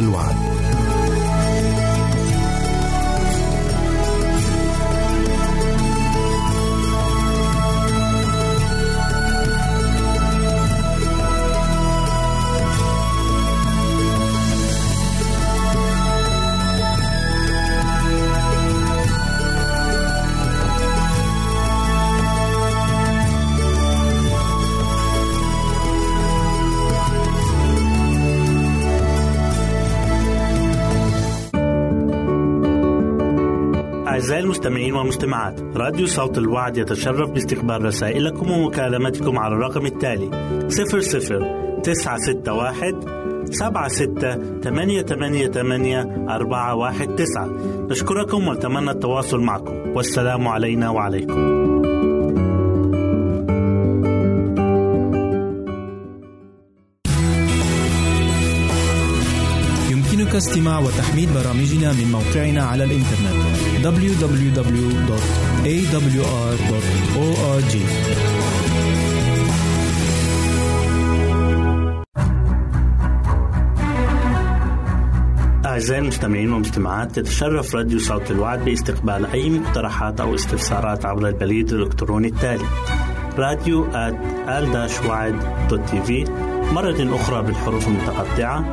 الوعد. أعزائي المستمعين والمستمعات، راديو صوت الوعد يتشرف باستقبال رسائلكم ومكالمتكم على الرقم التالي 00-961-76-88-419. نشكركم ونتمنى التواصل معكم، والسلام علينا وعليكم. يمكنك استماع وتحميل برامجنا من موقعنا على الإنترنت www.awr.org. أعزائي المستمعين والمستمعات، تتشرف راديو صوت الوعد باستقبال أي مقترحات أو استفسارات عبر البريد الإلكتروني التالي radio@al-wad.tv، مرة أخرى بالحروف المتقطعة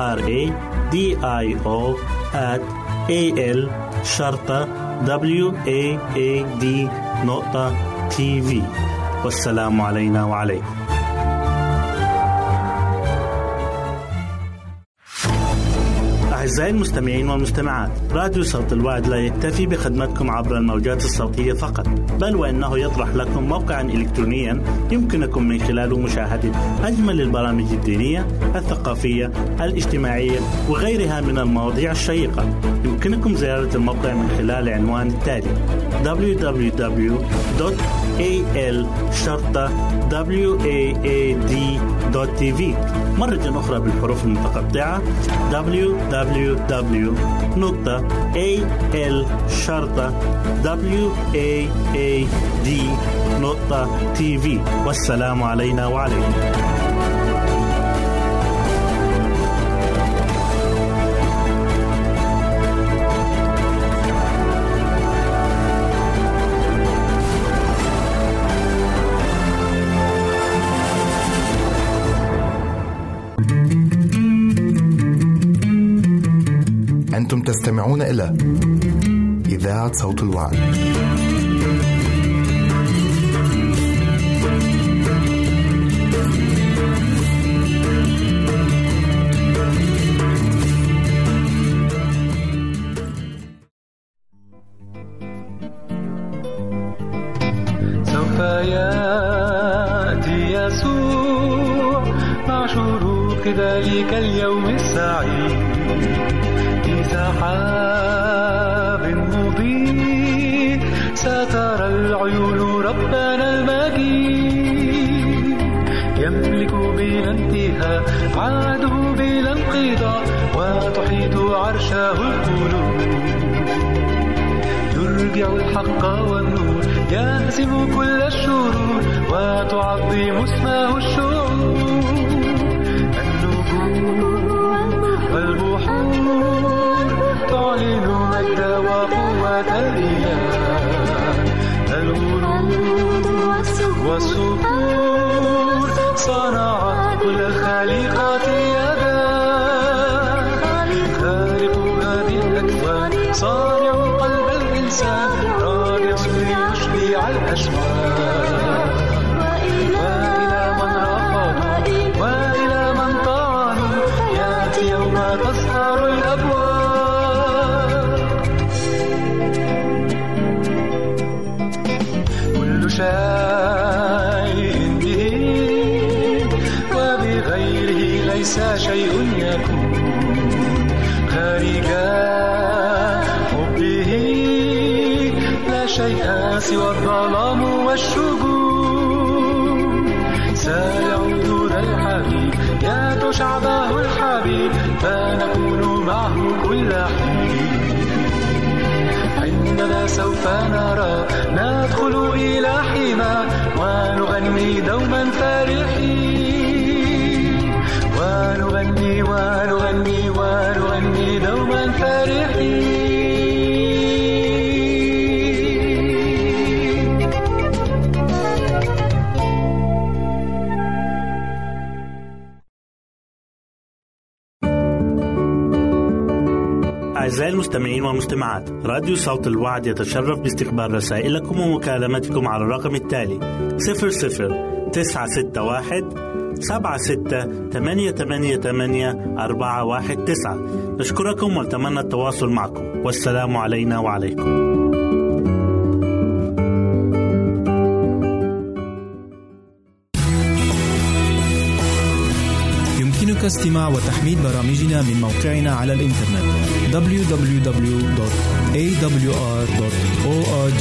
radio@al-wad.tv. والسلام علينا وعليكم. أعزائي المستمعين والمستمعات، راديو صوت الوعد لا يكتفي بخدمتكم عبر الموجات الصوتية فقط، بل وأنه يطرح لكم موقعا إلكترونيا يمكنكم من خلاله مشاهدة أجمل البرامج الدينية، الثقافية، الاجتماعية وغيرها من المواضيع الشيقة. يمكنكم زيارة الموقع من خلال عنوان التالي www.al-wad.tv، مرة أخرى بالحروف المتقطعة www.al-wad.tv. والسلام علينا وعليكم. أنتم تستمعون إلى إذاعة صوت الوعد. سوف يأتي يسوع مع شروق ذلك اليوم السعيد في سحاب مضيء، سترى العيون ربنا المجيد، يملك بلا انتهاء، عهده بلا انقضاء، وتحيط عرشه القلوب، يرجع الحق والنور، يهزم كل الشرور، وتعظم اسمه الشعوب، النجوم والبحور تعلن مجد وقوة الإله، الورود والصخور صنعت كل الخليقات يداه، خالق هذه الأكوان، صانع قلب الإنسان، راضي يشبع الأشواق، وإلى من رفضوا وإلى من طعنوا يأتي يوم تسهر الأبواب. كل شيء به وبغيره ليس شيء يكون، خارج حبه لا شيء سوى الظلام والشجون. سيعود ذا الحبيب يدعو شعبه الحبيب، فنكون معه كل حين. عندنا سوف نرى ندخل إلى حمى، ونغني دوما فرحين، ونغني ونغني ونغني أعزائي المستمعين والمستمعات، راديو صوت الوعد يتشرف باستقبال رسائلكم ومكالمتكم على الرقم التالي 00-961-76-88-419. نشكركم ونتمنى التواصل معكم، والسلام علينا وعليكم. يمكنك استماع وتحميل برامجنا من موقعنا على الإنترنت www.awr.org.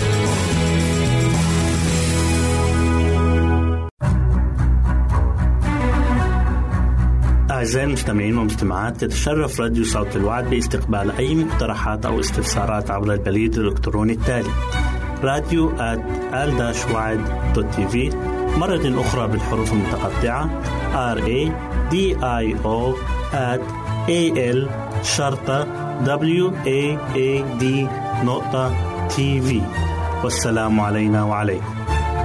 أعزائي المستمعين والمستمعات، يتشرف راديو صوت الوعد باستقبال أي مقترحات أو استفسارات عبر البريد الإلكتروني التالي radio@al-wad.tv، مرة أخرى بالحروف المتقطعة radio@al-wad.tv. والسلام علينا وعليكم.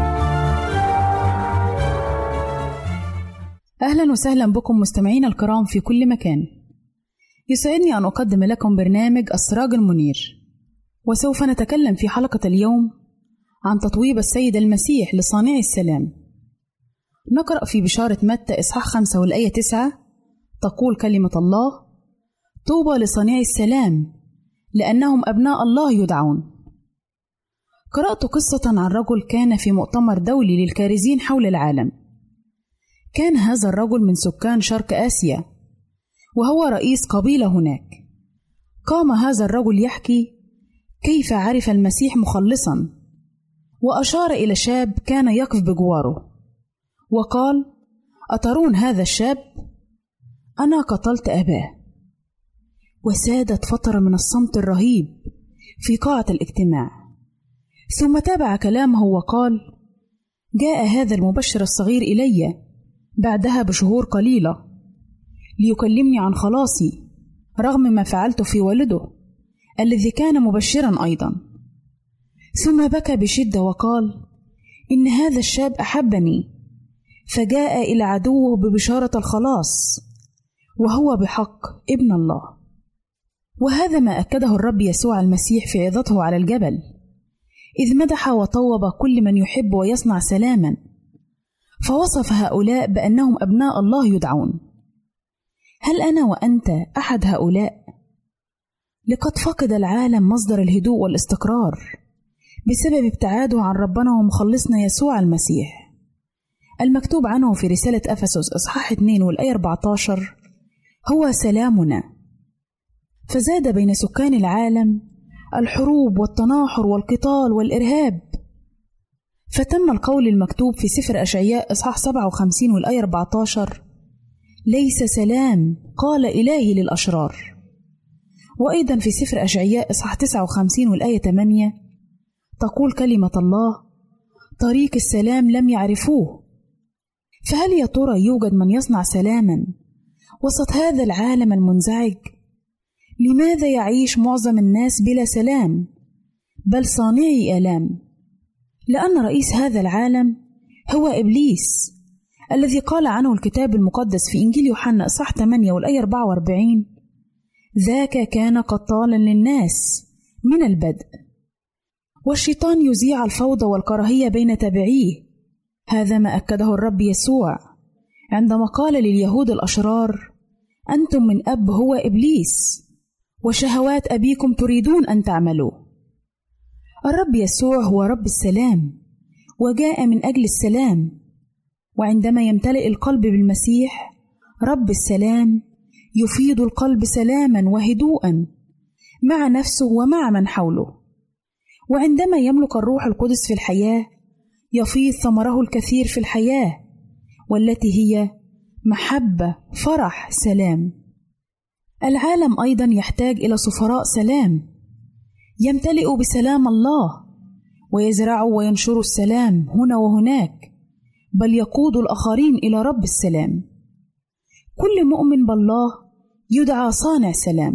أهلا وسهلا بكم مستمعين الكرام في كل مكان. يسعدني أن أقدم لكم برنامج السراج المنير، وسوف نتكلم في حلقة اليوم عن تطويب السيد المسيح لصانع السلام. نقرأ في بشارة متى إصحاح 5 والآية 9، تقول كلمة الله: طوبى لصانع السلام لأنهم أبناء الله يدعون. قرأت قصة عن رجل كان في مؤتمر دولي للكارزين حول العالم. كان هذا الرجل من سكان شرق آسيا، وهو رئيس قبيلة هناك. قام هذا الرجل يحكي كيف عرف المسيح مخلصا، وأشار إلى شاب كان يقف بجواره وقال: أترون هذا الشاب؟ أنا قتلت أباه. وسادت فترة من الصمت الرهيب في قاعة الاجتماع، ثم تابع كلامه وقال: جاء هذا المبشر الصغير إلي بعدها بشهور قليلة ليكلمني عن خلاصي، رغم ما فعلت في والده الذي كان مبشرا أيضا. ثم بكى بشدة وقال: إن هذا الشاب أحبني، فجاء إلى عدوه ببشارة الخلاص، وهو بحق ابن الله. وهذا ما أكده الرب يسوع المسيح في عظته على الجبل، إذ مدح وطوب كل من يحب ويصنع سلاما، فوصف هؤلاء بأنهم أبناء الله يدعون. هل أنا وأنت أحد هؤلاء؟ لقد فقد العالم مصدر الهدوء والاستقرار بسبب ابتعاده عن ربنا ومخلصنا يسوع المسيح. المكتوب عنه في رسالة أفسس إصحاح 2 والآية 14: هو سلامنا. فزاد بين سكان العالم الحروب والتناحر والقتال والإرهاب. فتم القول المكتوب في سفر أشعياء إصحاح 57 والآية 14: ليس سلام قال إلهي للأشرار. وأيضا في سفر أشعياء إصحاح 59 والآية 8 تقول كلمة الله: طريق السلام لم يعرفوه. فهل يا ترى يوجد من يصنع سلاما وسط هذا العالم المنزعج؟ لماذا يعيش معظم الناس بلا سلام، بل صانعي آلام؟ لأن رئيس هذا العالم هو إبليس، الذي قال عنه الكتاب المقدس في إنجيل يوحنا إصحاح 8 والآية 44: ذاك كان قتالا للناس من البدء. والشيطان يذيع الفوضى والكراهية بين تابعيه. هذا ما أكده الرب يسوع عندما قال لليهود الأشرار: أنتم من أب هو إبليس، وشهوات أبيكم تريدون أن تعملوا. الرب يسوع هو رب السلام، وجاء من أجل السلام. وعندما يمتلئ القلب بالمسيح رب السلام يفيض القلب سلاما وهدوءا مع نفسه ومع من حوله. وعندما يملك الروح القدس في الحياة يفيض ثمره الكثير في الحياة، والتي هي محبة، فرح، سلام. العالم أيضا يحتاج إلى سفراء سلام يمتلئوا بسلام الله، ويزرعوا وينشروا السلام هنا وهناك، بل يقودوا الآخرين إلى رب السلام. كل مؤمن بالله يدعى صانع سلام.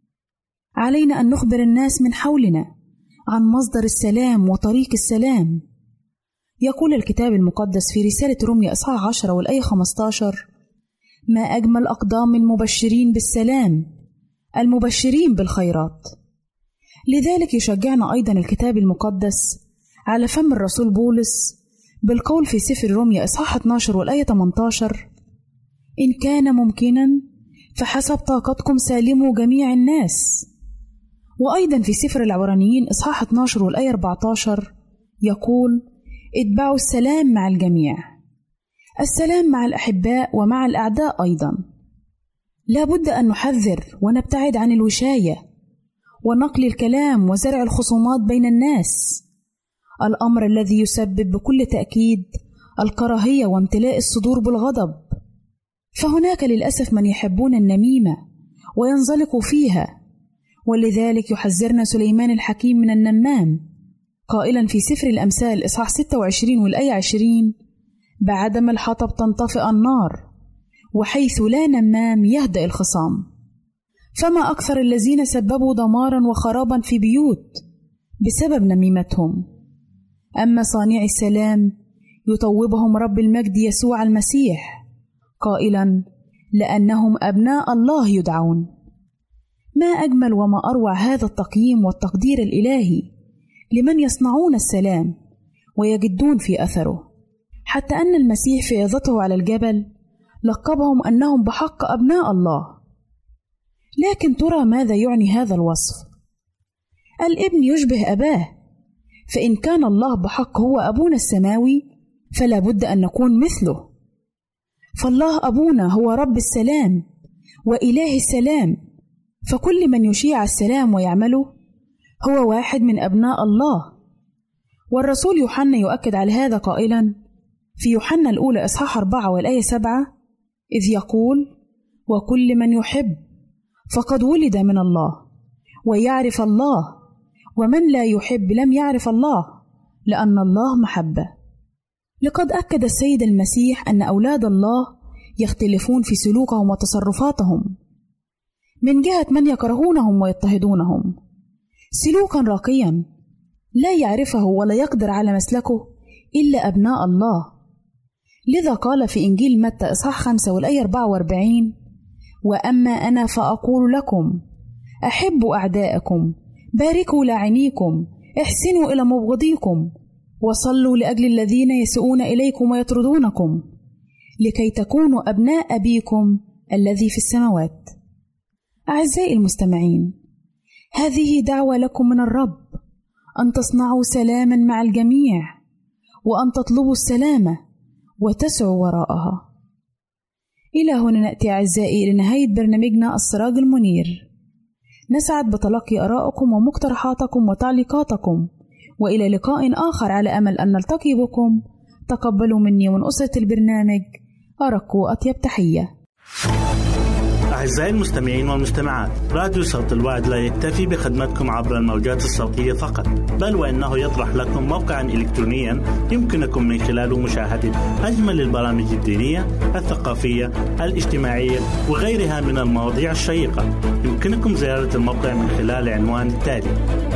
علينا أن نخبر الناس من حولنا عن مصدر السلام وطريق السلام. يقول الكتاب المقدس في رسالة روميا إصحاح 10 والآية 15: ما أجمل أقدام المبشرين بالسلام المبشرين بالخيرات. لذلك يشجعنا أيضا الكتاب المقدس على فم الرسول بولس بالقول في سفر روميا إصحاح 12 والآية 18: إن كان ممكنا فحسب طاقتكم سالموا جميع الناس. وأيضا في سفر العبرانيين إصحاح 12 والآية 14 يقول: اتبعوا السلام مع الجميع. السلام مع الأحباء ومع الأعداء أيضا. لا بد أن نحذر ونبتعد عن الوشاية ونقل الكلام وزرع الخصومات بين الناس، الأمر الذي يسبب بكل تأكيد الكراهية وامتلاء الصدور بالغضب. فهناك للأسف من يحبون النميمة وينزلقوا فيها، ولذلك يحذرنا سليمان الحكيم من النمام قائلا في سفر الأمثال إصحاح 26 والآية 20: بعدم الحطب تنطفئ النار، وحيث لا نمام يهدأ الخصام. فما أكثر الذين سببوا دمارا وخرابا في بيوت بسبب نميمتهم. أما صانع السلام يطوبهم رب المجد يسوع المسيح قائلا: لأنهم أبناء الله يدعون. ما أجمل وما أروع هذا التقييم والتقدير الإلهي لمن يصنعون السلام ويجدون في أثره، حتى أن المسيح في عظته على الجبل لقبهم أنهم بحق أبناء الله. لكن ترى ماذا يعني هذا الوصف؟ الابن يشبه أباه، فإن كان الله بحق هو أبونا السماوي فلا بد أن نكون مثله. فالله أبونا هو رب السلام وإله السلام، فكل من يشيع السلام ويعمله هو واحد من أبناء الله. والرسول يوحنا يؤكد على هذا قائلا في يوحنا الأولى إصحاح 4 والآية 7: إذ يقول: وكل من يحب فقد ولد من الله ويعرف الله، ومن لا يحب لم يعرف الله، لأن الله محبة. لقد أكد السيد المسيح أن أولاد الله يختلفون في سلوكهم وتصرفاتهم من جهة من يكرهونهم ويضطهدونهم، سلوكا راقيا لا يعرفه ولا يقدر على مسلكه إلا أبناء الله. لذا قال في إنجيل متى إصحاح 5 والآية 44: وأما أنا فأقول لكم أحبوا أعداءكم، باركوا لاعنيكم، احسنوا إلى مبغضيكم، وصلوا لأجل الذين يسيئون إليكم ويطردونكم، لكي تكونوا أبناء أبيكم الذي في السماوات. أعزائي المستمعين، هذه دعوة لكم من الرب أن تصنعوا سلاما مع الجميع، وأن تطلبوا السلامة وتسعوا وراءها. إلى هنا نأتي أعزائي لنهاية برنامجنا السراج المنير. نسعد بتلقي آرائكم ومقترحاتكم وتعليقاتكم، وإلى لقاء آخر على أمل أن نلتقي بكم. تقبلوا مني ومن أسرة البرنامج أرق وأطيب تحية. أعزائي المستمعين والمستمعات، راديو صوت الوعد لا يكتفي بخدمتكم عبر الموجات الصوتية فقط، بل وإنه يطرح لكم موقعا إلكترونيا يمكنكم من خلاله مشاهدة أجمل البرامج الدينية، الثقافية، الاجتماعية وغيرها من المواضيع الشيقة. يمكنكم زيارة الموقع من خلال العنوان التالي: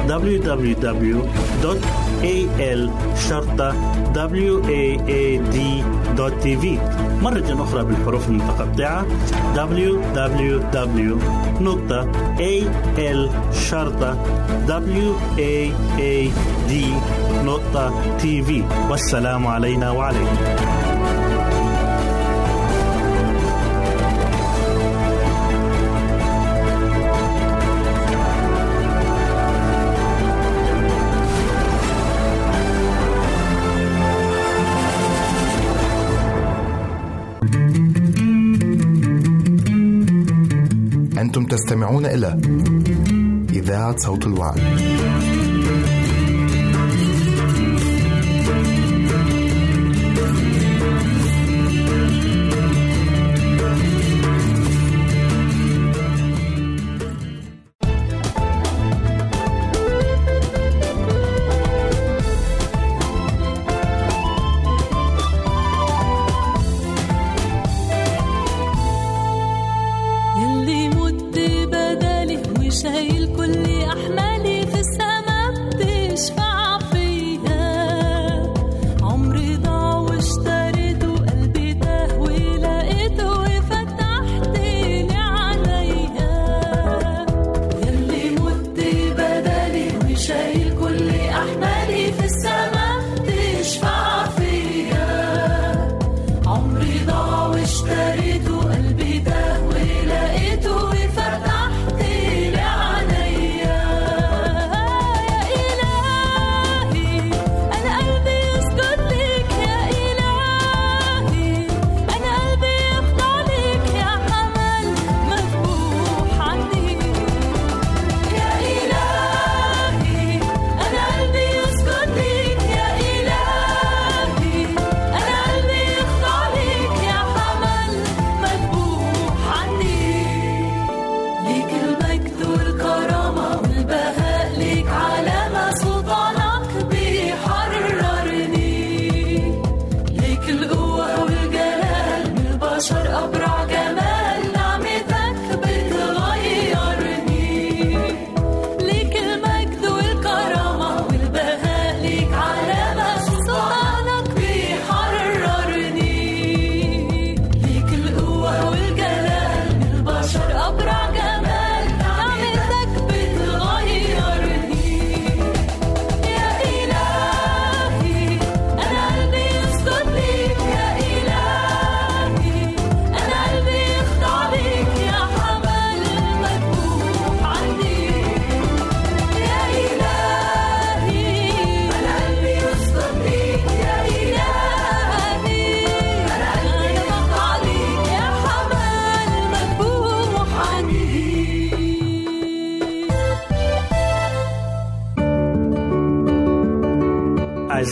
www.al-waad.tv. مرة أخرى بالحروف المتقطعة: www.al-waad.tv. والسلام علينا وعليكم. أنتم تستمعون إلى إذاعة صوت الوعد. شايل كل أحمالي في السماء.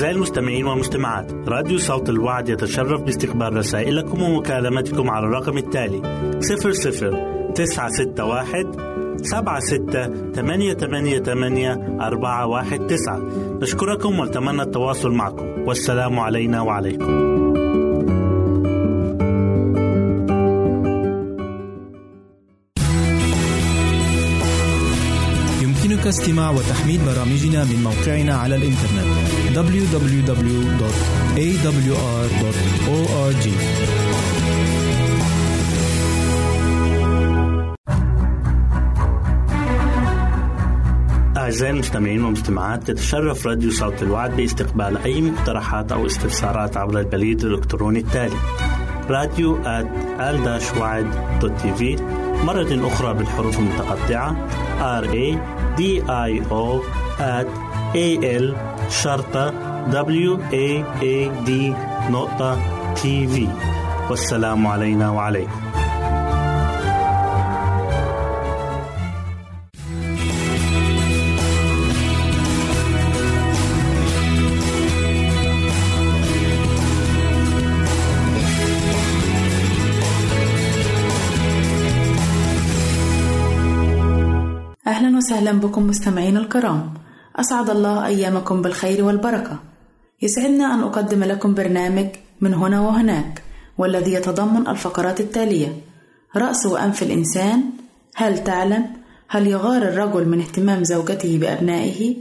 أعزائي المستمعين والمستمعات، راديو صوت الوعد يتشرف باستقبال رسائلكم ومكالمتكم على الرقم التالي 00-961-76-88-419. نشكركم ونتمنى التواصل معكم، والسلام علينا وعليكم. يمكنك استماع وتحميل برامجنا من موقعنا على الإنترنت www.awr.org. أعزائي المستمعين والمستمعات، تتشرف راديو صوت الوعد باستقبال أي مقترحات أو استفسارات عبر البريد الإلكتروني التالي radio@al-wad.tv، مرة أخرى بالحروف المتقطعة radio@al-wad.tv. والسلام علينا وعليكم. أهلا وسهلا بكم مستمعين الكرام، أسعد الله أيامكم بالخير والبركة. يسعدنا أن أقدم لكم برنامج من هنا وهناك، والذي يتضمن الفقرات التالية: رأس وأنف الإنسان، هل تعلم؟ هل يغار الرجل من اهتمام زوجته بأبنائه؟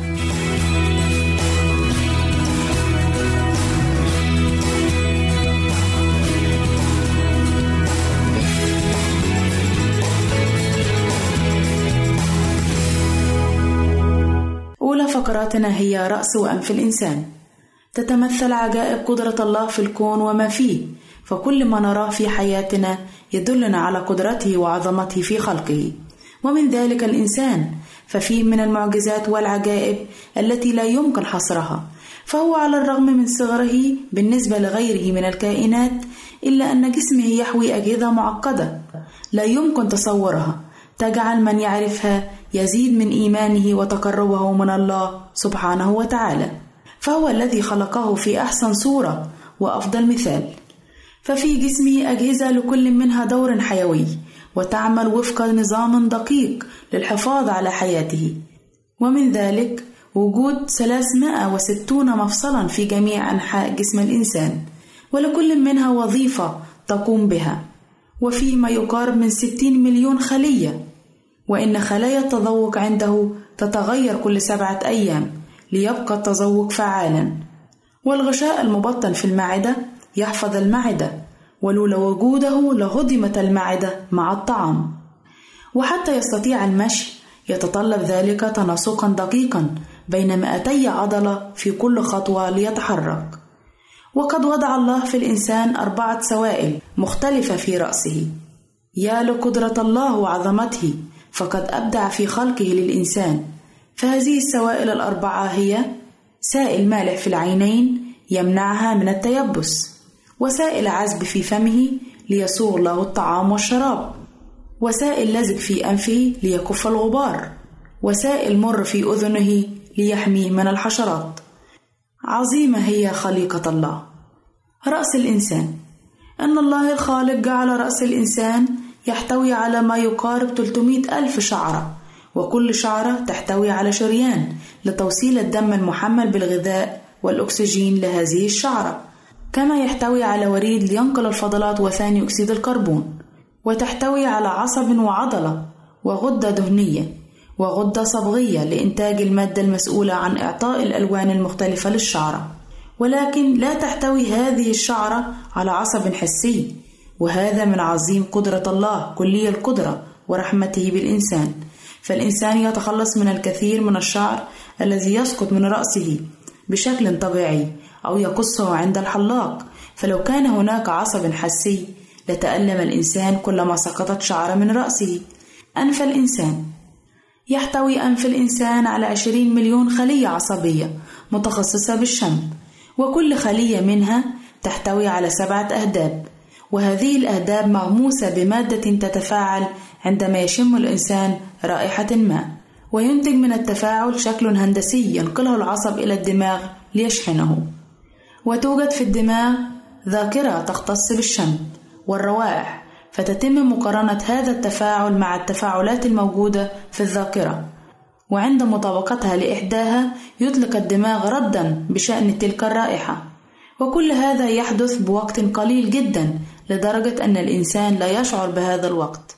أولى فقراتنا هي رأس وأنف الإنسان. تتمثل عجائب قدرة الله في الكون وما فيه، فكل ما نراه في حياتنا يدلنا على قدرته وعظمته في خلقه، ومن ذلك الإنسان، ففيه من المعجزات والعجائب التي لا يمكن حصرها. فهو على الرغم من صغره بالنسبة لغيره من الكائنات، إلا أن جسمه يحوي أجهزة معقدة لا يمكن تصورها، تجعل من يعرفها يزيد من إيمانه وتقربه من الله سبحانه وتعالى. فهو الذي خلقه في أحسن صورة وأفضل مثال. ففي جسمه أجهزة لكل منها دور حيوي، وتعمل وفق نظام دقيق للحفاظ على حياته. ومن ذلك وجود 360 مفصلا في جميع أنحاء جسم الإنسان، ولكل منها وظيفة تقوم بها. وفيه ما يقارب من 60 مليون خلية، وإن خلايا التذوق عنده تتغير كل 7 أيام ليبقى التذوق فعالا. والغشاء المبطن في المعدة يحفظ المعدة، ولولا وجوده لهضمت المعدة مع الطعام. وحتى يستطيع المشي يتطلب ذلك تناسقا دقيقا بين 200 عضلة في كل خطوة ليتحرك. وقد وضع الله في الإنسان 4 سوائل مختلفة في رأسه. يا لقدرة الله وعظمته، فقد أبدع في خلقه للإنسان. فهذه السوائل 4 هي: سائل مالح في العينين يمنعها من التيبس، وسائل عذب في فمه ليسوغ له الطعام والشراب، وسائل لزج في أنفه ليكف الغبار، وسائل مر في أذنه ليحميه من الحشرات. عظيمة هي خليقة الله. رأس الإنسان. أن الله الخالق جعل رأس الإنسان يحتوي على ما يقارب 300,000 شعرة، وكل شعرة تحتوي على شريان لتوصيل الدم المحمل بالغذاء والأكسجين لهذه الشعرة، كما يحتوي على وريد لينقل الفضلات وثاني أكسيد الكربون، وتحتوي على عصب وعضلة وغدة دهنية وغدة صبغية لإنتاج المادة المسؤولة عن إعطاء الألوان المختلفة للشعرة. ولكن لا تحتوي هذه الشعرة على عصب حسي، وهذا من عظيم قدرة الله كلي القدرة ورحمته بالإنسان. فالإنسان يتخلص من الكثير من الشعر الذي يسقط من رأسه بشكل طبيعي أو يقصه عند الحلاق. فلو كان هناك عصب حسي لتألم الإنسان كلما سقطت شعر من رأسه. أنف الإنسان. يحتوي أنف الإنسان على 20 مليون خلية عصبية متخصصة بالشم، وكل خلية منها تحتوي على 7 أهداب، وهذه الأهداب مغموسة بمادة تتفاعل عندما يشم الإنسان رائحة ما، وينتج من التفاعل شكل هندسي ينقله العصب إلى الدماغ ليشحنه. وتوجد في الدماغ ذاكرة تختص بالشم والروائح، فتتم مقارنة هذا التفاعل مع التفاعلات الموجودة في الذاكرة، وعند مطابقتها لإحداها يطلق الدماغ ردًا بشأن تلك الرائحة. وكل هذا يحدث بوقت قليل جدا لدرجة أن الإنسان لا يشعر بهذا الوقت.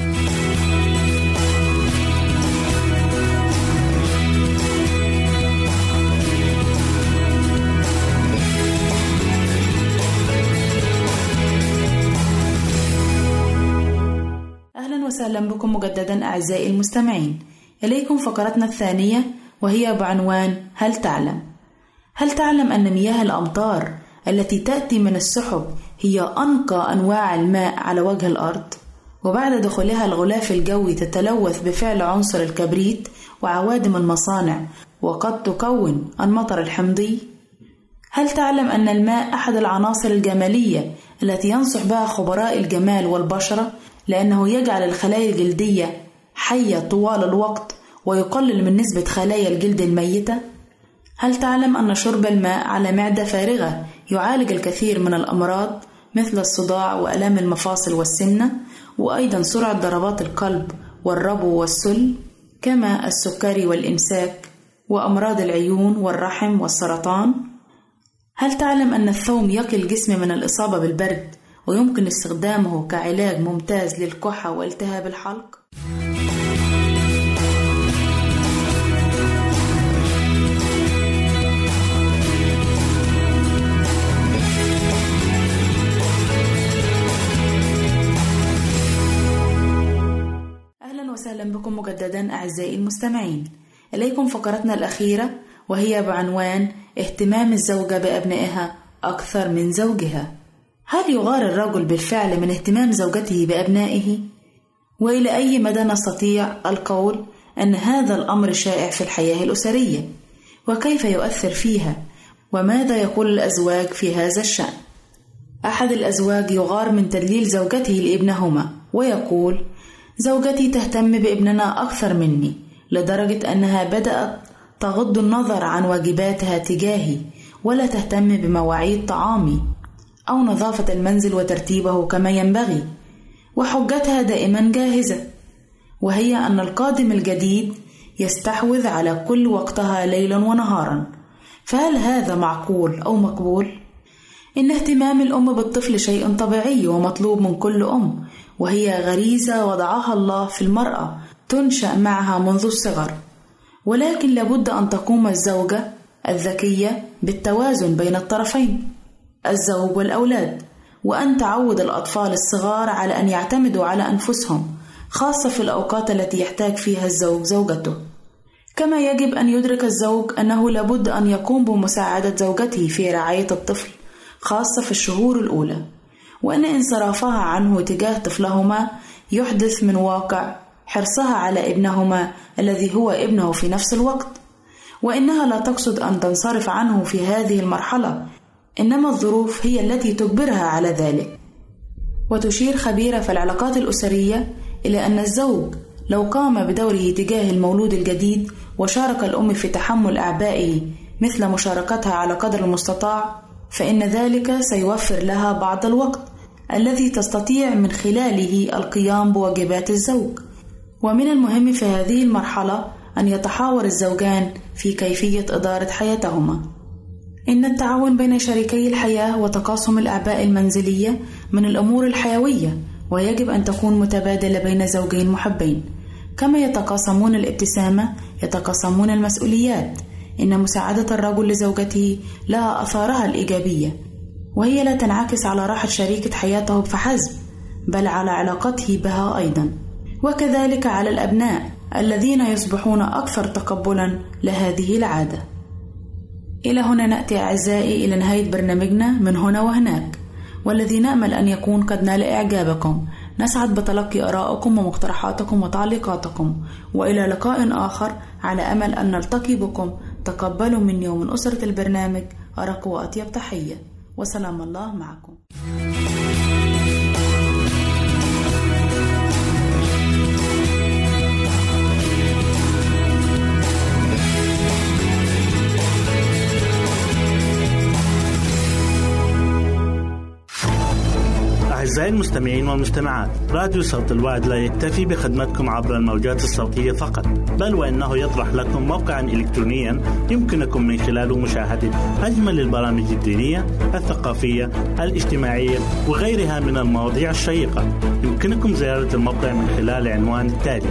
أهلا وسهلا بكم مجددا أعزائي المستمعين. إليكم فقرتنا الثانية وهي بعنوان هل تعلم؟ هل تعلم أن مياه الأمطار التي تأتي من السحب هي أنقى أنواع الماء على وجه الأرض، وبعد دخولها الغلاف الجوي تتلوث بفعل عنصر الكبريت وعوادم المصانع وقد تكون المطر الحمضي؟ هل تعلم أن الماء أحد العناصر الجمالية التي ينصح بها خبراء الجمال والبشرة، لأنه يجعل الخلايا الجلدية حية طوال الوقت ويقلل من نسبة خلايا الجلد الميتة؟ هل تعلم أن شرب الماء على معدة فارغة يعالج الكثير من الأمراض مثل الصداع وآلام المفاصل والسمنة، وأيضا سرعة ضربات القلب والربو والسل، كما السكري والإمساك وأمراض العيون والرحم والسرطان؟ هل تعلم أن الثوم يقي الجسم من الإصابة بالبرد ويمكن استخدامه كعلاج ممتاز للكحة والتهاب الحلق؟ أهلا وسهلا بكم مجددا أعزائي المستمعين. إليكم فقرتنا الأخيرة وهي بعنوان اهتمام الزوجة بأبنائها أكثر من زوجها. هل يغار الرجل بالفعل من اهتمام زوجته بأبنائه؟ وإلى أي مدى نستطيع القول أن هذا الأمر شائع في الحياة الأسرية؟ وكيف يؤثر فيها؟ وماذا يقول الأزواج في هذا الشأن؟ أحد الأزواج يغار من تدليل زوجته لابنهما ويقول: زوجتي تهتم بابننا أكثر مني، لدرجة أنها بدأت تغض النظر عن واجباتها تجاهي ولا تهتم بمواعيد طعامي أو نظافة المنزل وترتيبه كما ينبغي، وحجتها دائما جاهزة، وهي أن القادم الجديد يستحوذ على كل وقتها ليلا ونهارا. فهل هذا معقول أو مقبول؟ إن اهتمام الأم بالطفل شيء طبيعي ومطلوب من كل أم، وهي غريزة وضعها الله في المرأة تنشأ معها منذ الصغر، ولكن لابد أن تقوم الزوجة الذكية بالتوازن بين الطرفين، الزوج والأولاد، وأن تعود الأطفال الصغار على أن يعتمدوا على أنفسهم، خاصة في الأوقات التي يحتاج فيها الزوج زوجته. كما يجب أن يدرك الزوج أنه لابد أن يقوم بمساعدة زوجته في رعاية الطفل، خاصة في الشهور الأولى، وأن انصرافها عنه تجاه طفلهما يحدث من واقع حرصها على ابنهما الذي هو ابنه في نفس الوقت، وإنها لا تقصد أن تنصرف عنه في هذه المرحلة، إنما الظروف هي التي تجبرها على ذلك. وتشير خبيرة في العلاقات الأسرية إلى أن الزوج لو قام بدوره تجاه المولود الجديد وشارك الأم في تحمل أعبائه مثل مشاركتها على قدر المستطاع، فإن ذلك سيوفر لها بعض الوقت الذي تستطيع من خلاله القيام بواجبات الزوج. ومن المهم في هذه المرحلة أن يتحاور الزوجان في كيفية إدارة حياتهما. إن التعاون بين شريكي الحياة وتقاسم الأعباء المنزلية من الأمور الحيوية، ويجب أن تكون متبادلة بين زوجين محبين. كما يتقاسمون الابتسامة يتقاسمون المسؤوليات. إن مساعدة الرجل لزوجته لها أثارها الإيجابية، وهي لا تنعكس على راحة شريكة حياته فحسب، بل على علاقته بها أيضا، وكذلك على الأبناء الذين يصبحون أكثر تقبلا لهذه العادة. إلى هنا نأتي أعزائي إلى نهاية برنامجنا من هنا وهناك، والذي نأمل أن يكون قد نال إعجابكم. نسعد بتلقي آرائكم ومقترحاتكم وتعليقاتكم، وإلى لقاء آخر على أمل أن نلتقي بكم. تقبلوا مني ومن أسرة البرنامج أرق وأطيب تحية، وسلام الله معكم. أعزائي المستمعين والمستمعات، راديو صوت الوعد لا يكتفي بخدمتكم عبر الموجات الصوتية فقط، بل وإنه يطرح لكم موقعا إلكترونيا يمكنكم من خلاله مشاهدة أجمل البرامج الدينية، الثقافية، الاجتماعية وغيرها من المواضيع الشيقة. يمكنكم زيارة الموقع من خلال العنوان التالي: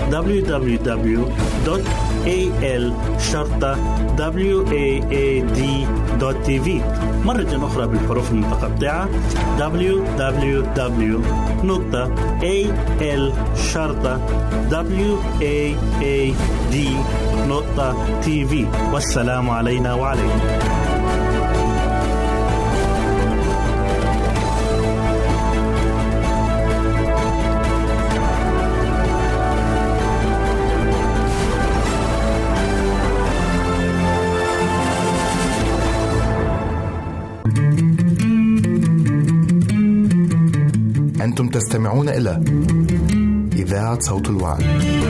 www.al-waad.tv. مرة أخرى بالحروف المتقطعة: www.al-waad.tv. والسلام علينا وعليكم. أنتم تستمعون إلى إذاعة صوت الوعد.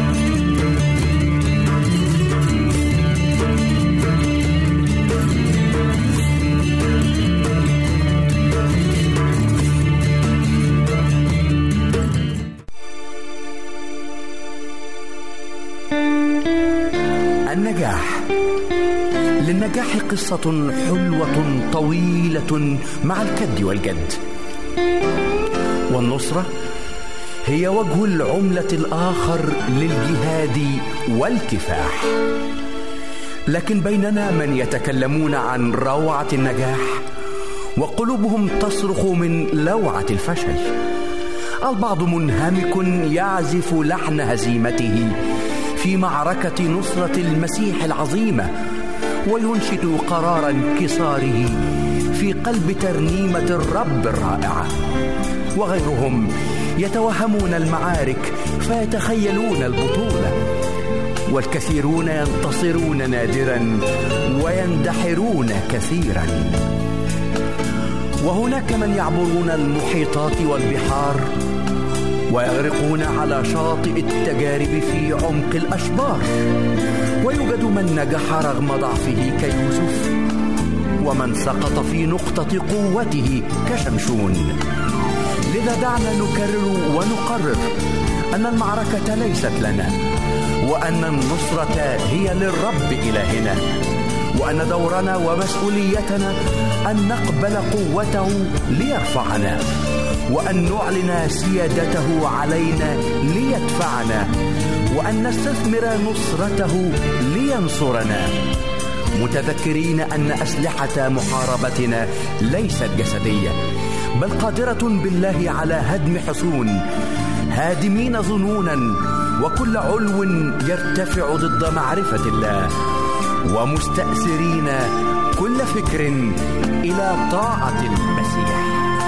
النجاح. للنجاح قصة حلوة طويلة مع الكد والجد، والنصرة هي وجه العملة الآخر للجهاد والكفاح. لكن بيننا من يتكلمون عن روعة النجاح وقلوبهم تصرخ من لوعة الفشل. البعض منهمك يعزف لحن هزيمته في معركة نصرة المسيح العظيمة، وينشد قرار انكساره في قلب ترنيمة الرب الرائعة. وغيرهم يتوهمون المعارك فيتخيلون البطولة، والكثيرون ينتصرون نادرا ويندحرون كثيرا. وهناك من يعبرون المحيطات والبحار ويغرقون على شاطئ التجارب في عمق الأشبار. ويوجد من نجح رغم ضعفه كيوسف، ومن سقط في نقطة قوته كشمشون. لذا دعنا نكرر ونقرر أن المعركة ليست لنا، وأن النصرة هي للرب إلهنا، وأن دورنا ومسؤوليتنا أن نقبل قوته ليرفعنا، وأن نعلن سيادته علينا ليدفعنا، وأن نستثمر نصرته لينصرنا، متذكرين أن أسلحة محاربتنا ليست جسدية، بل قادرة بالله على هدم حصون، هادمين ظنونا وكل علو يرتفع ضد معرفة الله، ومستأثرين كل فكر إلى طاعة المسيح.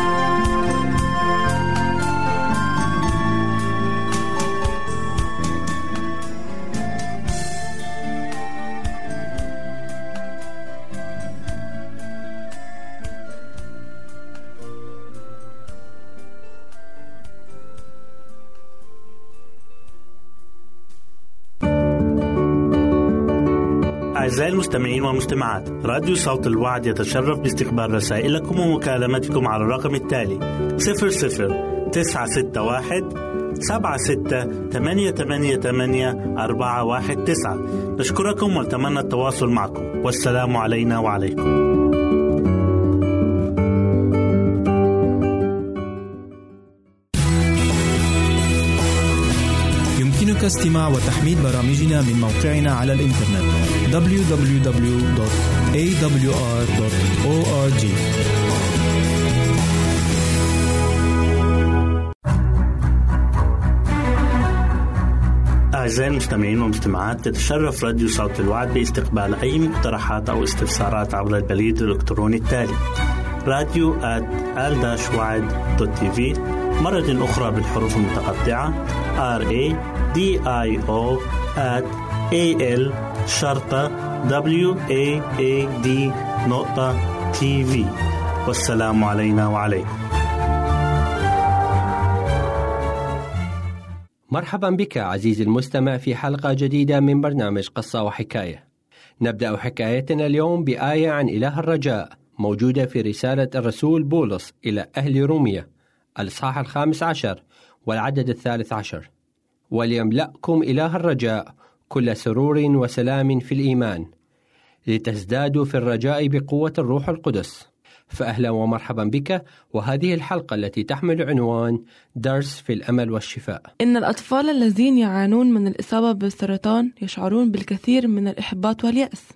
أعزائي المستمعين والمستمعات، راديو صوت الوعد يتشرف باستقبال رسائلكم ومكالمتكم على الرقم التالي: 00-961-76-88-419. نشكركم ونتمنى التواصل معكم، والسلام علينا وعليكم. يمكنك استماع وتحميل برامجنا من موقعنا على الإنترنت www.awr.org. أعزائي المستمعين والمستمعات، تتشرف راديو صوت الوعد باستقبال أي مقترحات أو استفسارات عبر البريد الإلكتروني التالي: radio@al-waad.tv. مرة أخرى بالحروف المتقطعة: radio@al-waad.tv. والسلام علينا وعليكم. مرحبا بك عزيزي المستمع في حلقة جديدة من برنامج قصة وحكاية. نبدأ حكايتنا اليوم بآية عن إله الرجاء موجودة في رسالة الرسول بولس إلى أهل روميا الإصحاح 15 والعدد 13: وليملأكم إله الرجاء كل سرور وسلام في الإيمان لتزدادوا في الرجاء بقوة الروح القدس. فأهلا ومرحبا بك، وهذه الحلقة التي تحمل عنوان درس في الأمل والشفاء. إن الأطفال الذين يعانون من الإصابة بالسرطان يشعرون بالكثير من الإحباط واليأس،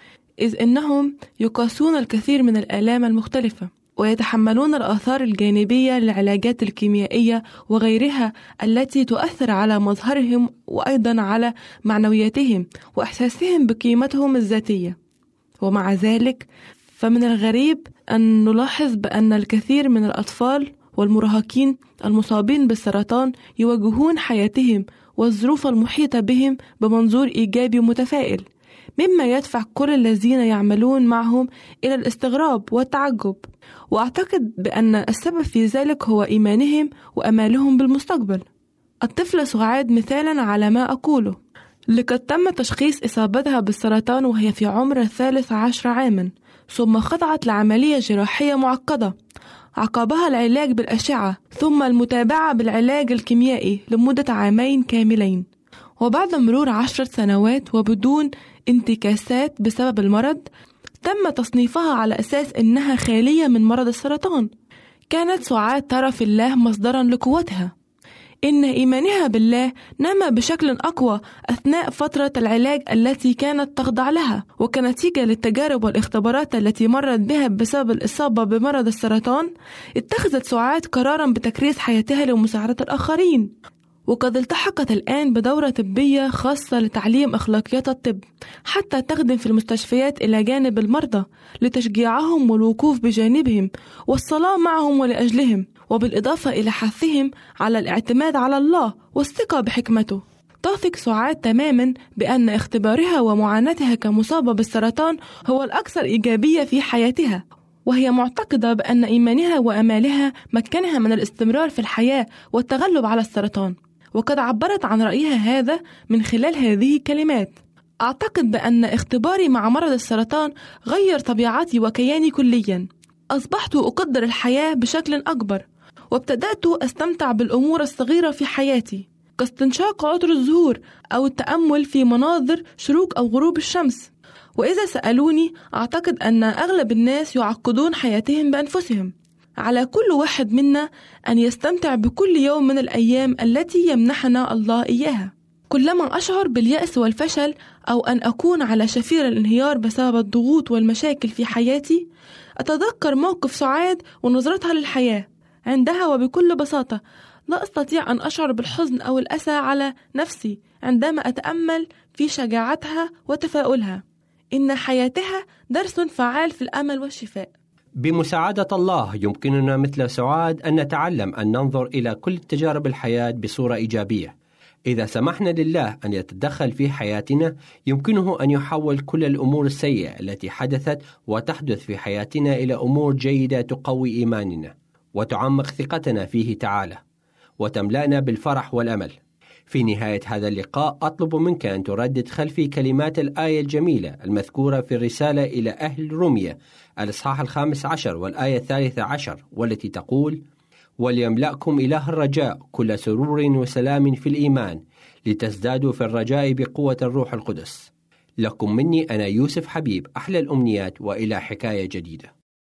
إذ إنهم يقاسون الكثير من الآلام المختلفة ويتحملون الآثار الجانبية للعلاجات الكيميائية وغيرها التي تؤثر على مظهرهم وأيضا على معنوياتهم وإحساسهم بقيمتهم الذاتية. ومع ذلك فمن الغريب أن نلاحظ بأن الكثير من الأطفال والمراهقين المصابين بالسرطان يواجهون حياتهم والظروف المحيطة بهم بمنظور إيجابي متفائل، مما يدفع كل الذين يعملون معهم إلى الاستغراب والتعجب. وأعتقد بأن السبب في ذلك هو إيمانهم وأمالهم بالمستقبل. الطفلة سعاد مثالا على ما أقوله، لقد تم تشخيص إصابتها بالسرطان وهي في عمر 13 عاما، ثم خضعت لعملية جراحية معقدة عقبها العلاج بالأشعة ثم المتابعة بالعلاج الكيميائي لمدة 2 عام كاملين. وبعد مرور 10 سنوات وبدون انتكاسات بسبب المرض، تم تصنيفها على أساس إنها خالية من مرض السرطان. كانت سعاد ترى في الله مصدرا لقوتها، إن إيمانها بالله نما بشكل أقوى أثناء فترة العلاج التي كانت تخضع لها. وكنتيجة للتجارب والاختبارات التي مرت بها بسبب الإصابة بمرض السرطان، اتخذت سعاد قرارا بتكريس حياتها لمساعدة الآخرين، وقد التحقت الآن بدورة طبية خاصة لتعليم أخلاقيات الطب حتى تخدم في المستشفيات إلى جانب المرضى لتشجيعهم والوقوف بجانبهم والصلاة معهم ولأجلهم، وبالإضافة إلى حثهم على الاعتماد على الله والثقة بحكمته. تثق سعاد تماما بأن اختبارها ومعاناتها كمصابة بالسرطان هو الأكثر إيجابية في حياتها، وهي معتقدة بأن إيمانها وأمالها مكنها من الاستمرار في الحياة والتغلب على السرطان. وقد عبرت عن رأيها هذا من خلال هذه الكلمات: أعتقد بأن اختباري مع مرض السرطان غير طبيعتي وكياني كليا. أصبحت أقدر الحياة بشكل أكبر، وابتدأت أستمتع بالأمور الصغيرة في حياتي كاستنشاق عطر الزهور أو التأمل في مناظر شروق أو غروب الشمس. وإذا سألوني، أعتقد أن أغلب الناس يعقدون حياتهم بأنفسهم. على كل واحد منا أن يستمتع بكل يوم من الأيام التي يمنحنا الله إياها. كلما أشعر باليأس والفشل أو أن أكون على شفير الانهيار بسبب الضغوط والمشاكل في حياتي، أتذكر موقف سعاد ونظرتها للحياة. عندها وبكل بساطة لا أستطيع أن أشعر بالحزن أو الأسى على نفسي عندما أتأمل في شجاعتها وتفاؤلها. إن حياتها درس فعال في الأمل والشفاء. بمساعدة الله يمكننا مثل سعاد أن نتعلم أن ننظر إلى كل تجارب الحياة بصورة إيجابية. إذا سمحنا لله أن يتدخل في حياتنا، يمكنه أن يحول كل الأمور السيئة التي حدثت وتحدث في حياتنا إلى أمور جيدة تقوي إيماننا وتعمق ثقتنا فيه تعالى وتملأنا بالفرح والأمل. في نهاية هذا اللقاء أطلب منك أن تردد خلفي كلمات الآية الجميلة المذكورة في الرسالة إلى أهل روميا الإصحاح 15 والآية 13، والتي تقول: وليملأكم إله الرجاء كل سرور وسلام في الإيمان لتزدادوا في الرجاء بقوة الروح القدس. لكم مني أنا يوسف حبيب أحلى الأمنيات، وإلى حكاية جديدة.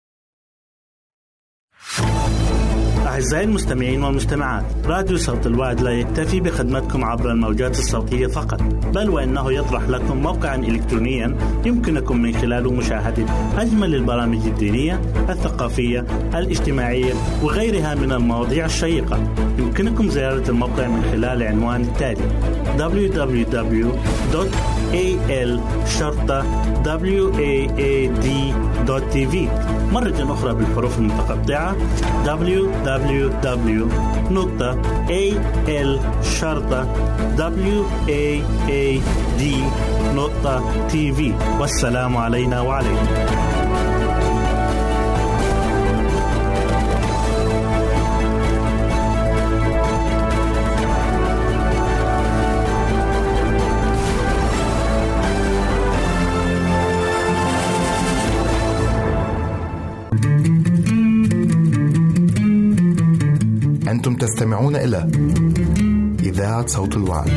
أعزائي المستمعين والمستمعات، راديو صوت الوعد لا يكتفي بخدمتكم عبر الموجات الصوتية فقط، بل وإنه يطرح لكم موقعا إلكترونيا يمكنكم من خلاله مشاهدة أجمل البرامج الدينية، الثقافية، الاجتماعية وغيرها من المواضيع الشيقة. يمكنكم زيارة الموقع من خلال العنوان التالي: www.al-waad.tv. مرة أخرى بالحروف المتقطعة: www.al-waad.tv. والسلام علينا وعليكم. تستمعون إلى إذاعة صوت الوعد.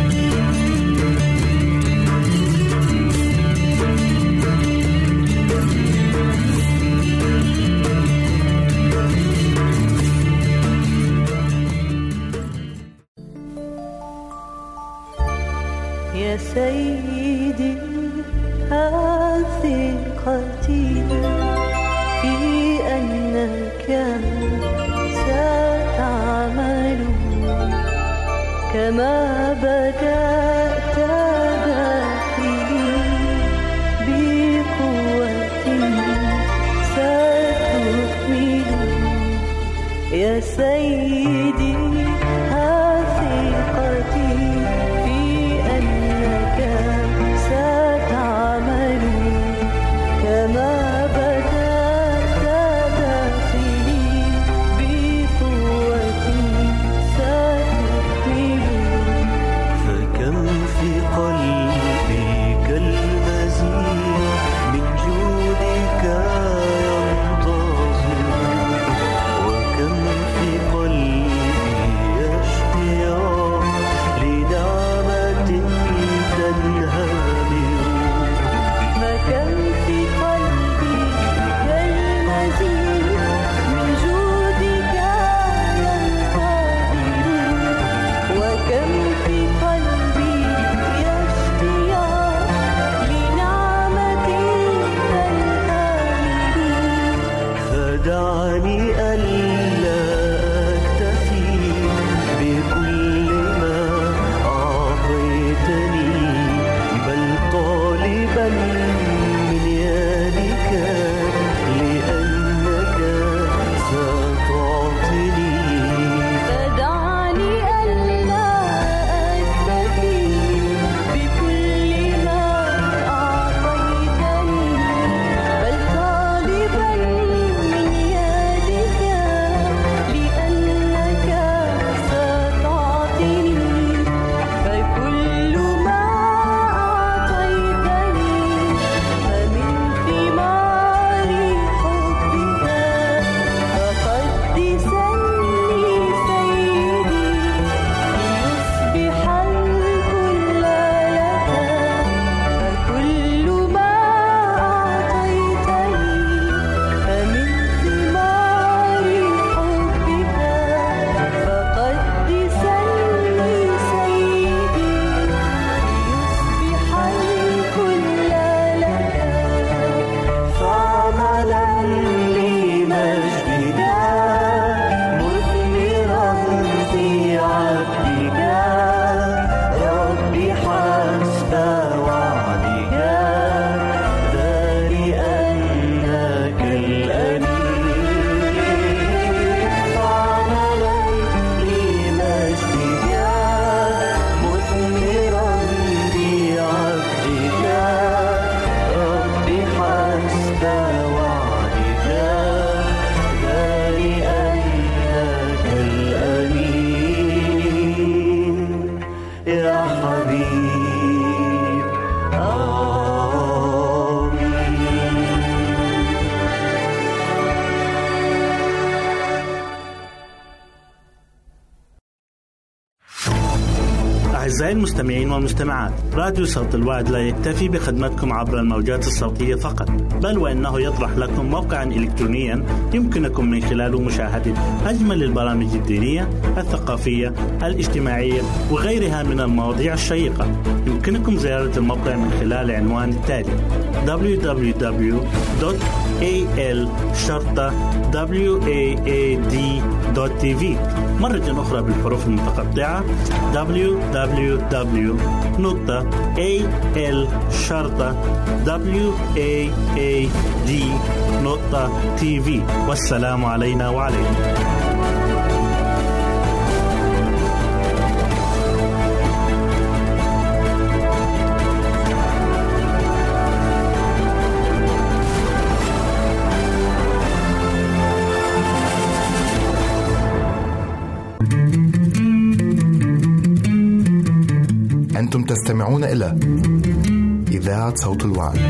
يا سيدي ثقتي في أنك ستعمل كما بدأت داخلي بقوة ستكمل. يا سيدي ثقتي في أنك ستعمل كما بدأت داخلي بقوة ستكمل. فكم في قلبي كالمزيد من جودك ينتظر، وكم في قلبي اشتياق لنعمة تنهمر. فكم في قلبي كالمزيد من جودك ينتظر، وكم في قلبي اشتياق لنعمة تنهمر. فدعني ألا أكتفي بكل ما أعطيتني، بل طالبا من يدك لأنك ستعطني. فدعني ألا أكتفي بكل ما أعطيتني، بل طالبا من يدك لأنك ستعطني. فكل ما أعطيتني فمن ثمار حبك فقدسني سيدي ليصبح الكل لك. فكل ما أعطيتني فمن ثمار حبك فقدسني سيدي ليصبح الكل لك. فعملا لمجدك مثمرا في عبدك، ربي حسب وعدك ذارئنك الأمين. فعملا لمجدك مثمرا في عبدك، ربي حسب وعدك ذارئنك الأمين. يا حبيب أعزائي المستمعين والمستمعات، راديو صوت الوعد لا يكتفي بخدمتكم عبر الموجات الصوتية فقط، بل وإنه يطرح لكم موقعا إلكترونيا يمكنكم من خلاله مشاهدة أجمل البرامج الدينية، الثقافية، الاجتماعية وغيرها من المواضيع الشيقة. يمكنكم زيارة الموقع من خلال العنوان التالي: www.al-waad.tv. مرة أخرى بالحروف المتقطعة: www.al-waad.tv. والسلام علينا وعليكم. أنتم تستمعون إلى إذاعة صوت الوعد.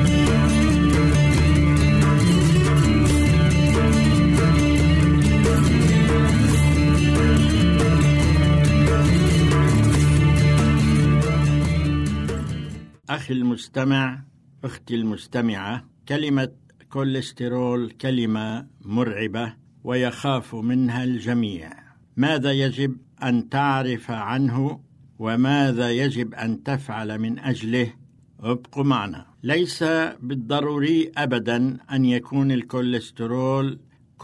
أخي المستمع، أختي المستمعة، كلمة كوليسترول كلمة مرعبة ويخاف منها الجميع. ماذا يجب أن تعرف عنه وماذا يجب أن تفعل من أجله؟ ابقوا معنا. ليس بالضروري أبدا أن يكون الكوليسترول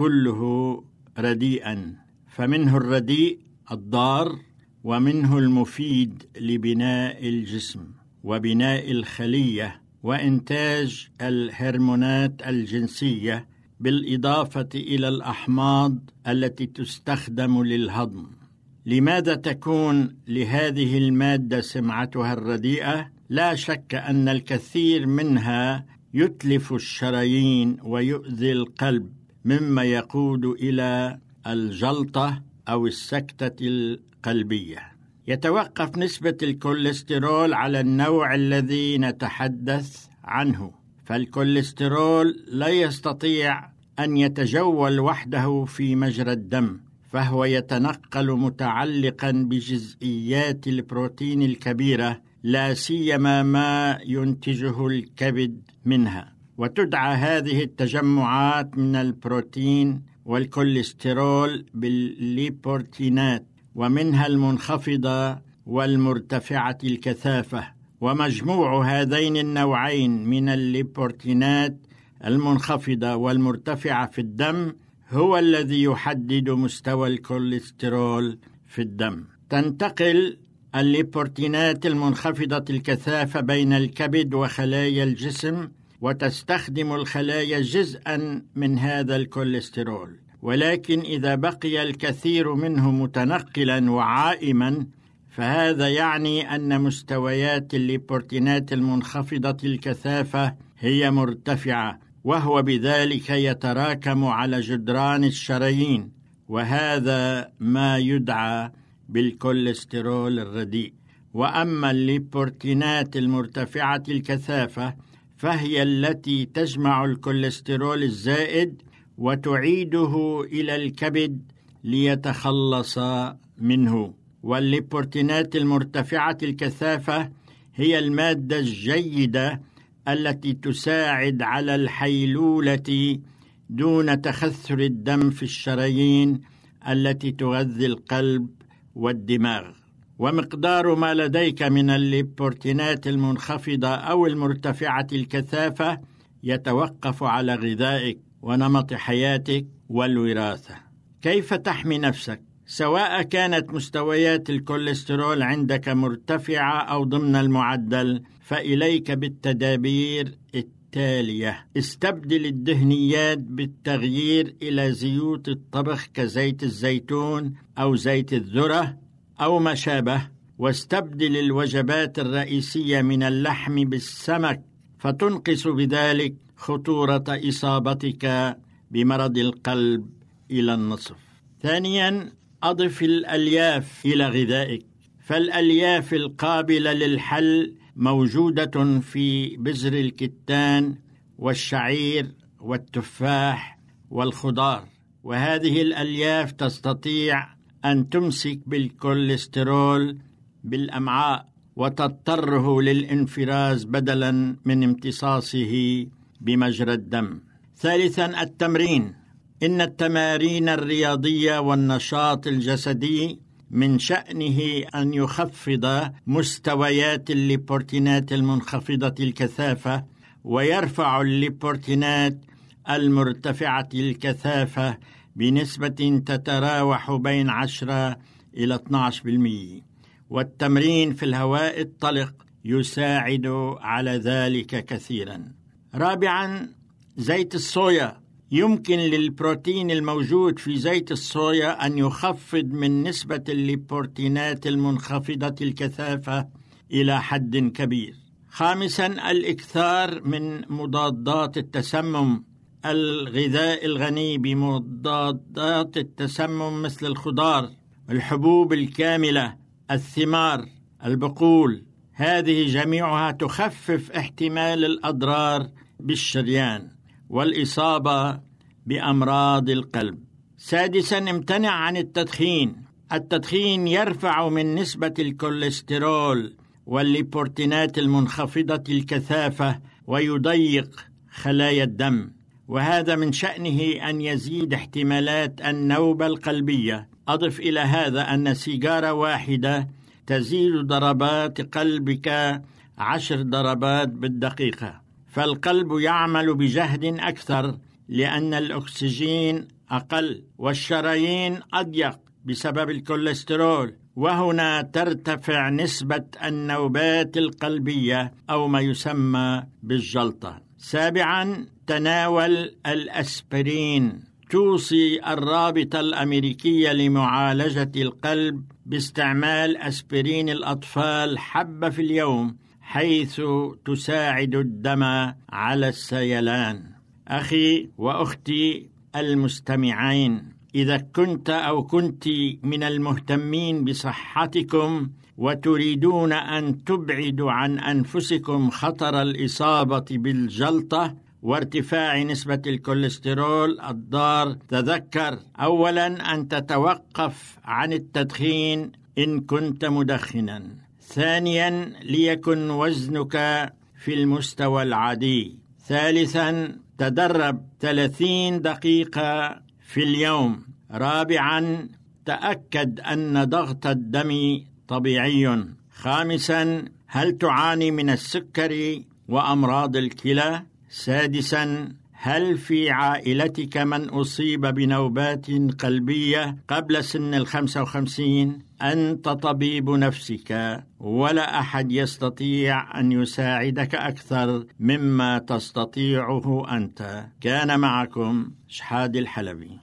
كله رديئا، فمنه الرديء الضار ومنه المفيد لبناء الجسم وبناء الخلية وإنتاج الهرمونات الجنسية، بالإضافة إلى الأحماض التي تستخدم للهضم. لماذا تكون لهذه المادة سمعتها الرديئة؟ لا شك أن الكثير منها يتلف الشرايين ويؤذي القلب، مما يقود إلى الجلطة أو السكتة القلبية. يتوقف نسبة الكوليسترول على النوع الذي نتحدث عنه، فالكوليسترول لا يستطيع أن يتجول وحده في مجرى الدم، فهو يتنقل متعلقا بجزئيات البروتين الكبيرة، لا سيما ما ينتجه الكبد منها. وتدعى هذه التجمعات من البروتين والكوليسترول بالليبورتينات، ومنها المنخفضة والمرتفعة الكثافة. ومجموع هذين النوعين من الليبورتينات المنخفضة والمرتفعة في الدم هو الذي يحدد مستوى الكوليسترول في الدم. تنتقل الليبورتينات المنخفضة الكثافة بين الكبد وخلايا الجسم، وتستخدم الخلايا جزءا من هذا الكوليسترول، ولكن إذا بقي الكثير منه متنقلا وعائما، فهذا يعني أن مستويات الليبورتينات المنخفضة الكثافة هي مرتفعة، وهو بذلك يتراكم على جدران الشرايين، وهذا ما يدعى بالكوليسترول الرديء. وأما الليبورتينات المرتفعة الكثافة فهي التي تجمع الكوليسترول الزائد وتعيده إلى الكبد ليتخلص منه. والليبورتينات المرتفعة الكثافة هي المادة الجيدة التي تساعد على الحيلولة دون تخثر الدم في الشرايين التي تغذي القلب والدماغ. ومقدار ما لديك من الليبورتينات المنخفضة أو المرتفعة الكثافة يتوقف على غذائك ونمط حياتك والوراثة. كيف تحمي نفسك؟ سواء كانت مستويات الكوليسترول عندك مرتفعة أو ضمن المعدل، فإليك بالتدابير التالية. استبدل الدهنيات بالتغيير إلى زيوت الطبخ كزيت الزيتون أو زيت الذرة أو ما شابه، واستبدل الوجبات الرئيسية من اللحم بالسمك، فتنقص بذلك خطورة إصابتك بمرض القلب إلى النصف. ثانياً، أضف الألياف إلى غذائك، فالألياف القابلة للحل موجودة في بذر الكتان والشعير والتفاح والخضار، وهذه الألياف تستطيع أن تمسك بالكوليسترول بالأمعاء وتضطره للانفراز بدلاً من امتصاصه بمجرى الدم. ثالثاً، التمرين. إن التمارين الرياضية والنشاط الجسدي من شأنه أن يخفض مستويات الليبورتينات المنخفضة الكثافة ويرفع الليبورتينات المرتفعة الكثافة بنسبة تتراوح بين 10 إلى 12%، والتمرين في الهواء الطلق يساعد على ذلك كثيرا. رابعا، زيت الصويا. يمكن للبروتين الموجود في زيت الصويا أن يخفض من نسبة الليبورتينات المنخفضة الكثافة إلى حد كبير. خامسا، الإكثار من مضادات التسمم. الغذاء الغني بمضادات التسمم مثل الخضار، الحبوب الكاملة، الثمار، البقول، هذه جميعها تخفف احتمال الأضرار بالشريان والإصابة بأمراض القلب. سادسا، امتنع عن التدخين. التدخين يرفع من نسبة الكوليسترول والليبورتينات المنخفضة الكثافة ويضيق خلايا الدم، وهذا من شأنه أن يزيد احتمالات النوبة القلبية. أضف إلى هذا أن سيجارة واحدة تزيد ضربات قلبك 10 ضربات بالدقيقة، فالقلب يعمل بجهد أكثر لأن الأكسجين أقل والشرايين أضيق بسبب الكوليسترول، وهنا ترتفع نسبة النوبات القلبية أو ما يسمى بالجلطة. 7. تناول الأسبرين. توصي الرابطة الأمريكية لمعالجة القلب باستعمال أسبرين الأطفال حبة في اليوم، حيث تساعد الدم على السيلان. أخي وأختي المستمعين، إذا كنت أو كنت من المهتمين بصحتكم وتريدون أن تبعدوا عن أنفسكم خطر الإصابة بالجلطة وارتفاع نسبة الكوليسترول الضار، تذكر أولاً أن تتوقف عن التدخين إن كنت مدخناً. ثانياً ليكن وزنك في المستوى العادي. ثالثاً تدرب 30 دقيقة في اليوم. رابعاً تأكد أن ضغط الدم طبيعي. خامساً هل تعاني من السكر وأمراض الكلى؟ سادساً هل في عائلتك من أصيب بنوبات قلبية قبل سن 55؟ أنت طبيب نفسك ولا أحد يستطيع أن يساعدك أكثر مما تستطيعه أنت. كان معكم شحاد الحلبي.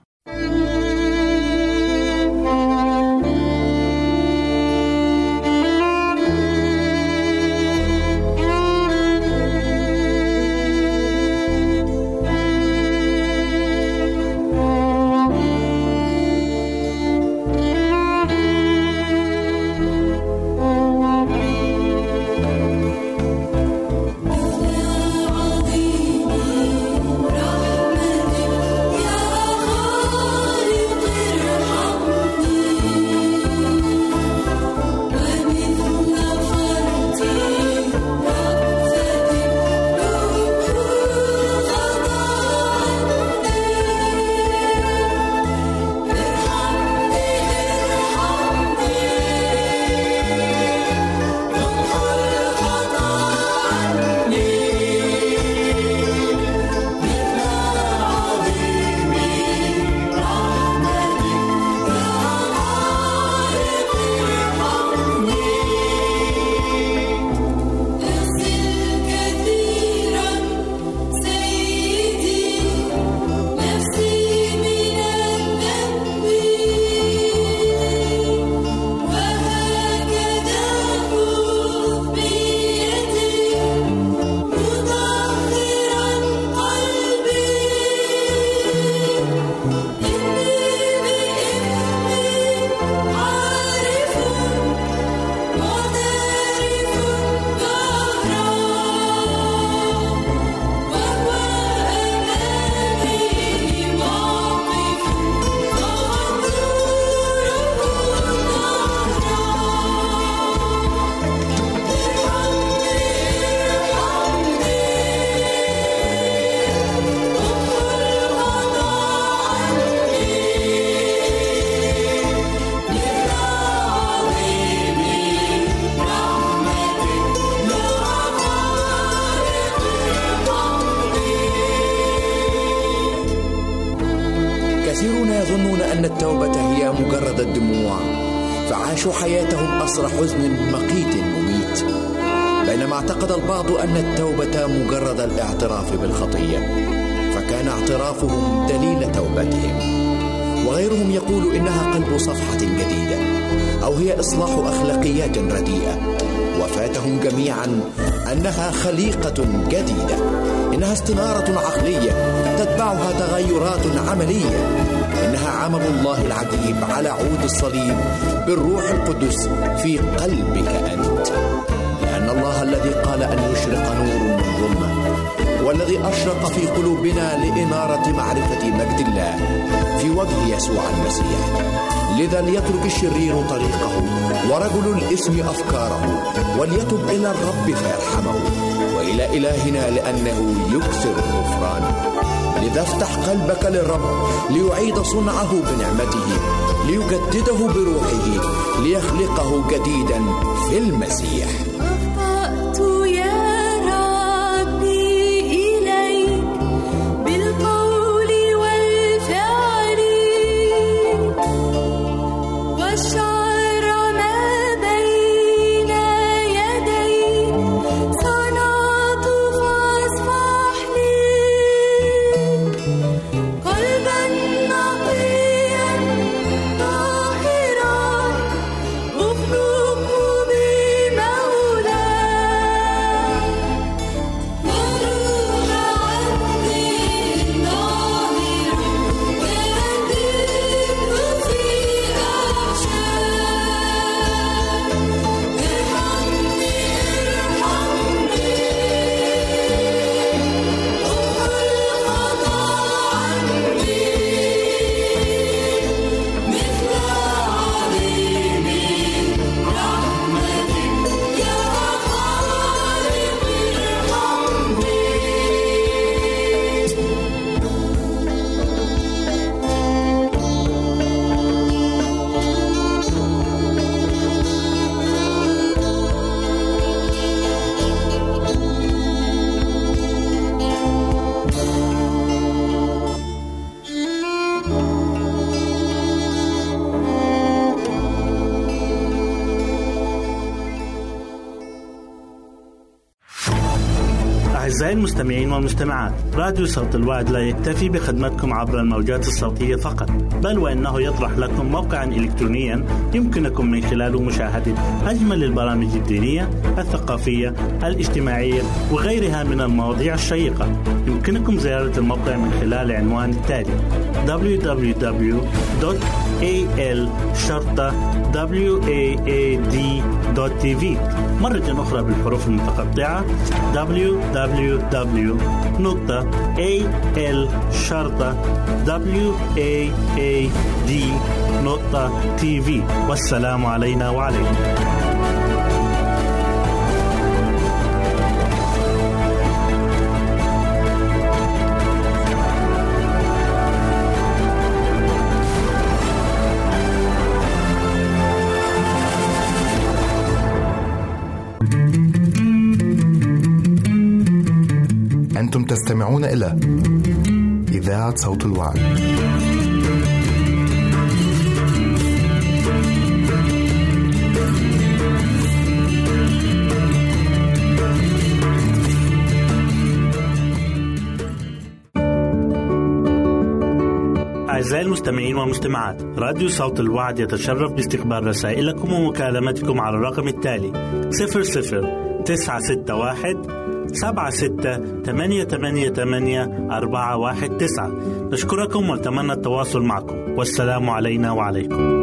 كثيرون يظنون أن التوبة هي مجرد الدموع، فعاشوا حياتهم أسر حزن مقيت مميت، بينما اعتقد البعض أن التوبة مجرد الاعتراف بالخطية، فكان اعترافهم دليل توبتهم. وغيرهم يقول إنها قلب صفحة جديدة، أو هي إصلاح أخلاقيات رديئة. وفاتهم جميعا أنها خليقة جديدة، إنها استنارة عقلية تتبعها تغيرات عملية، إنها عمل الله العجيب على عود الصليب بالروح القدس في قلبك أنت، لأن الله الذي قال أن يشرق نور من ظلمة والذي أشرق في قلوبنا لإنارة معرفة مجد الله في وجه يسوع المسيح. لذا ليترك الشرير طريقه ورجل الإثم أفكاره، وليتب إلى الرب فيرحمه، وإلى إلهنا لأنه يكثر الغفران. لذا افتح قلبك للرب ليعيد صنعه بنعمته، ليجدده بروحه، ليخلقه جديدا في المسيح. أعزائي المستمعين والمستمعات، راديو صوت الوعد لا يكتفي بخدمتكم عبر الموجات الصوتية فقط، بل وإنه يطرح لكم موقعا إلكترونيا يمكنكم من خلاله مشاهدة أجمل البرامج الدينية، الثقافية، الاجتماعية وغيرها من المواضيع الشيقة. يمكنكم زيارة الموقع من خلال العنوان التالي: www.al-waad.tv. مرة أخرى بالحروف المتقطعة: www.al-waad.tv. والسلام علينا وعليكم. أنتم تستمعون إلى إذاعة صوت الوعد. أعزائي المستمعين والمستمعات، راديو صوت الوعد يتشرف باستقبال رسائلكم ومكالمتكم على الرقم التالي: 00-961-76-88-419. نشكركم ونتمنى التواصل معكم، والسلام علينا وعليكم.